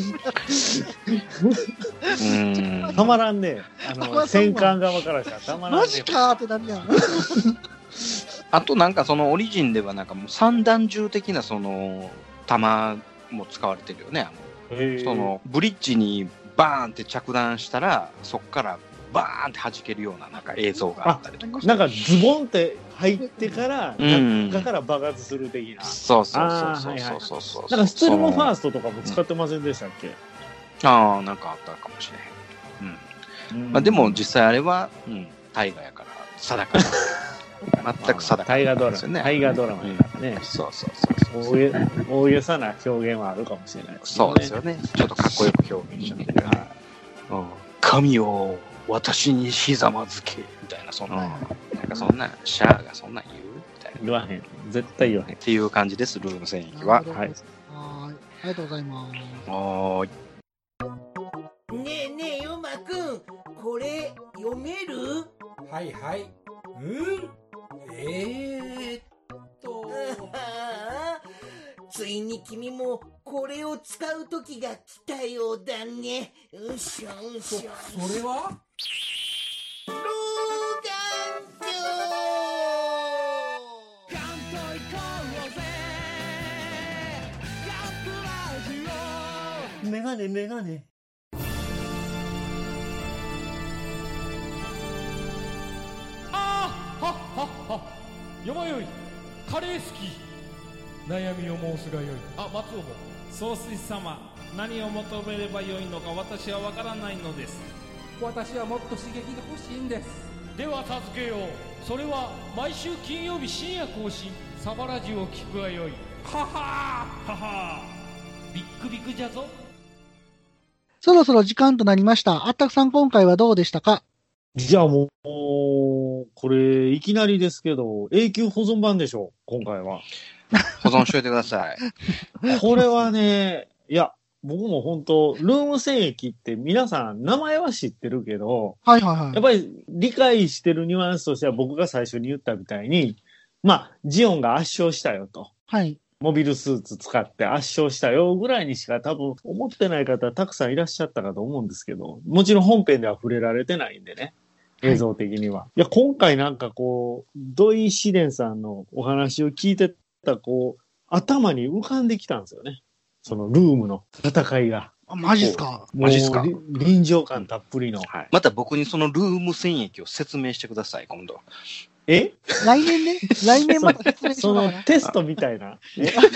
Speaker 3: うん。
Speaker 1: たまらんね。あの、
Speaker 2: たまらんわ
Speaker 1: 戦艦側からしたらたまらんね。
Speaker 2: マジかーってなるやん。
Speaker 3: あとなんかそのオリジンではなんかもう散弾銃的なその弾も使われてるよね。あの
Speaker 1: へー
Speaker 3: そのブリッジにバーンって着弾したらそっからバーンって弾けるようななんか映像があったりとか。
Speaker 1: なんかズボンって入ってから、
Speaker 3: うん
Speaker 1: 中から爆発する的な。
Speaker 3: そうそう
Speaker 1: あー
Speaker 3: そうそうそうそうそう。
Speaker 1: なんかステルモファー
Speaker 3: ス
Speaker 1: ストとかも使ってませんでしたっけ？
Speaker 3: ト。ああ、なんかあったかもしれへん。うん。まあでも実際あれは、うん、大河やから定かな。全く定か
Speaker 1: 大河ドラマ、
Speaker 3: ですよね。
Speaker 1: 大河ドラマやからね。
Speaker 3: そうそうそうそう。
Speaker 1: 大げ大げさな表現はあるかもしれないですね。
Speaker 3: そうですよね。ちょっとかっこよく表現しちゃってるよね。うん神を私にひざまずけみたいな、そんな、なんかそんな、シャアがそんなん言うみたいな。
Speaker 1: 言わへん。絶対言わへん
Speaker 3: っ。ていう感じです、ルーム戦役は。
Speaker 2: なるほど
Speaker 1: はい。
Speaker 2: はーい。ありがとうございます。
Speaker 3: はーい。
Speaker 6: ねえねえヨマくんこれ読める？
Speaker 7: はいはい。うんえー、っと。
Speaker 6: ついに君もこれを使う時が来たようだね。うしょうしょ。
Speaker 7: それは
Speaker 6: 老眼鏡。
Speaker 7: 関東行こうぜカップラジオ
Speaker 6: メガネメガネ。
Speaker 7: あーはっはっはよまよいカレー好き悩みを申すがよい。あ、松尾も
Speaker 8: 総帥様、何を求めればよいのか私は分からないのです。
Speaker 7: 私はもっと刺激が欲しいんです。では授けよう。それは毎週金曜日深夜更新サバラジオを聞くがよい。ははーははービックビックじゃぞ。
Speaker 2: そろそろ時間となりました。あったくさん今回はどうでしたか？
Speaker 1: じゃあもう、これ、いきなりですけど、永久保存版でしょ今回は。
Speaker 3: 保存しといてください。
Speaker 1: これはね、いや、僕も本当ルーム戦役って皆さん名前は知ってるけど、
Speaker 2: はいはいはい。
Speaker 1: やっぱり理解してるニュアンスとしては僕が最初に言ったみたいに、まあ、ジオンが圧勝したよと。
Speaker 2: はい。
Speaker 1: モビルスーツ使って圧勝したよぐらいにしか多分思ってない方たくさんいらっしゃったかと思うんですけど、もちろん本編では触れられてないんでね。映像的には。はい、いや、今回なんかこう、土井紫蓮さんのお話を聞いてた、こう、頭に浮かんできたんですよね。そのルームの戦いが。
Speaker 2: あ、マジっすか？
Speaker 3: マジっすか？
Speaker 1: 臨場感たっぷりの、
Speaker 3: はい。また僕にそのルーム戦役を説明してください、今度。
Speaker 1: え
Speaker 2: 来年ね。来年また説明して
Speaker 1: そ
Speaker 2: もらうな。
Speaker 1: のテストみたいな。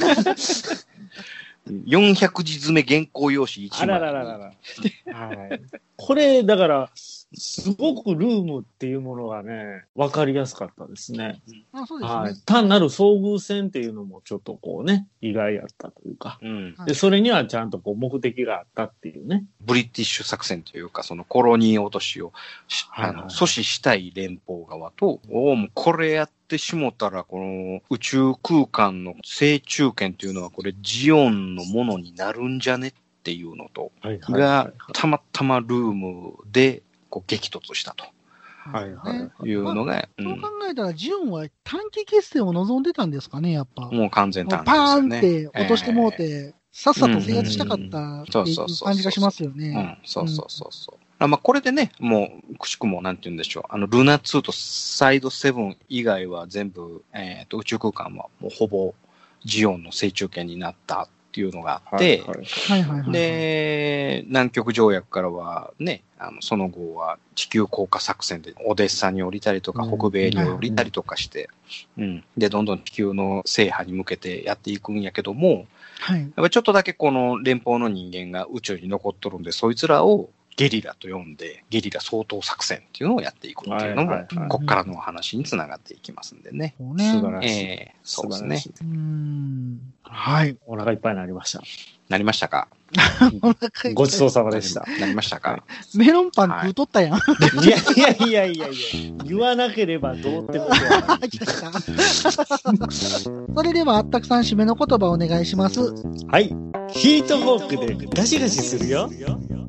Speaker 3: よんひゃくじ詰め原稿用紙いちまい。
Speaker 1: あららららら。はい。これ、だから、すごくルームっていうものがね、わかりやすかったですね。
Speaker 2: あ、そうですね。
Speaker 1: はい。単なる遭遇戦っていうのもちょっとこうね、意外やったというか。
Speaker 3: うん。
Speaker 1: で、それにはちゃんとこう目的があったっていうね。
Speaker 3: ブリティッシュ作戦というか、そのコロニー落としを、
Speaker 1: はいはい
Speaker 3: あの阻止したい連邦側と、おお、もうこれやってしもたら、この宇宙空間の制中権というのは、これジオンのものになるんじゃねっていうのと、
Speaker 1: はいはいはい
Speaker 3: が、たまたまルームでこう激突したと
Speaker 1: はいはい
Speaker 2: ね
Speaker 3: いうのが、う
Speaker 2: そうん考えたら、ジオンは短期決戦を望んでたんですかね、やっぱ。
Speaker 3: もう完全
Speaker 2: もう
Speaker 3: 単
Speaker 2: パーンっ
Speaker 3: ですよね。
Speaker 2: て落としてもうて、
Speaker 3: えー
Speaker 2: さっさと制圧したかったっていう感じがしますよ
Speaker 3: うん
Speaker 2: ね。、
Speaker 3: そうそうそうそう。あまあ、これでね、もう、くしくも、なんて言うんでしょう。あの、ルナツーとサイドセブン以外は全部、えっ、と、宇宙空間はもうほぼジオンの制中権になったっていうのがあって、
Speaker 1: はいはい
Speaker 2: はいはいはい。
Speaker 3: で、南極条約からはね、あのその後は地球降下作戦でオデッサに降りたりとか、
Speaker 1: うん
Speaker 3: 北米に降りたりとかして、うん、で、どんどん地球の制覇に向けてやっていくんやけども、
Speaker 2: はい。
Speaker 3: やっぱりちょっとだけこの連邦の人間が宇宙に残っとるんで、そいつらをゲリラと呼んで、ゲリラ掃討作戦っていうのをやっていくっていうのも、
Speaker 1: はいはいはい
Speaker 3: こっからのお話につながっていきますんでね。
Speaker 2: こうね。
Speaker 1: 素晴らしい。
Speaker 3: えー、そうですね
Speaker 1: 素晴らし。い。
Speaker 2: うーん。はい。
Speaker 1: お腹いっぱいになりました。
Speaker 3: なりましたか？
Speaker 2: お腹いっぱい
Speaker 1: ごちそうさまでした。
Speaker 3: なりましたか？
Speaker 2: メロンパン食うとったやん。
Speaker 1: いやいやいやいやいや、言わなければどうってことはない。
Speaker 2: それでは、あったくさん締めの言葉お願いします。
Speaker 1: はい。ヒートホークでガシガシするよ。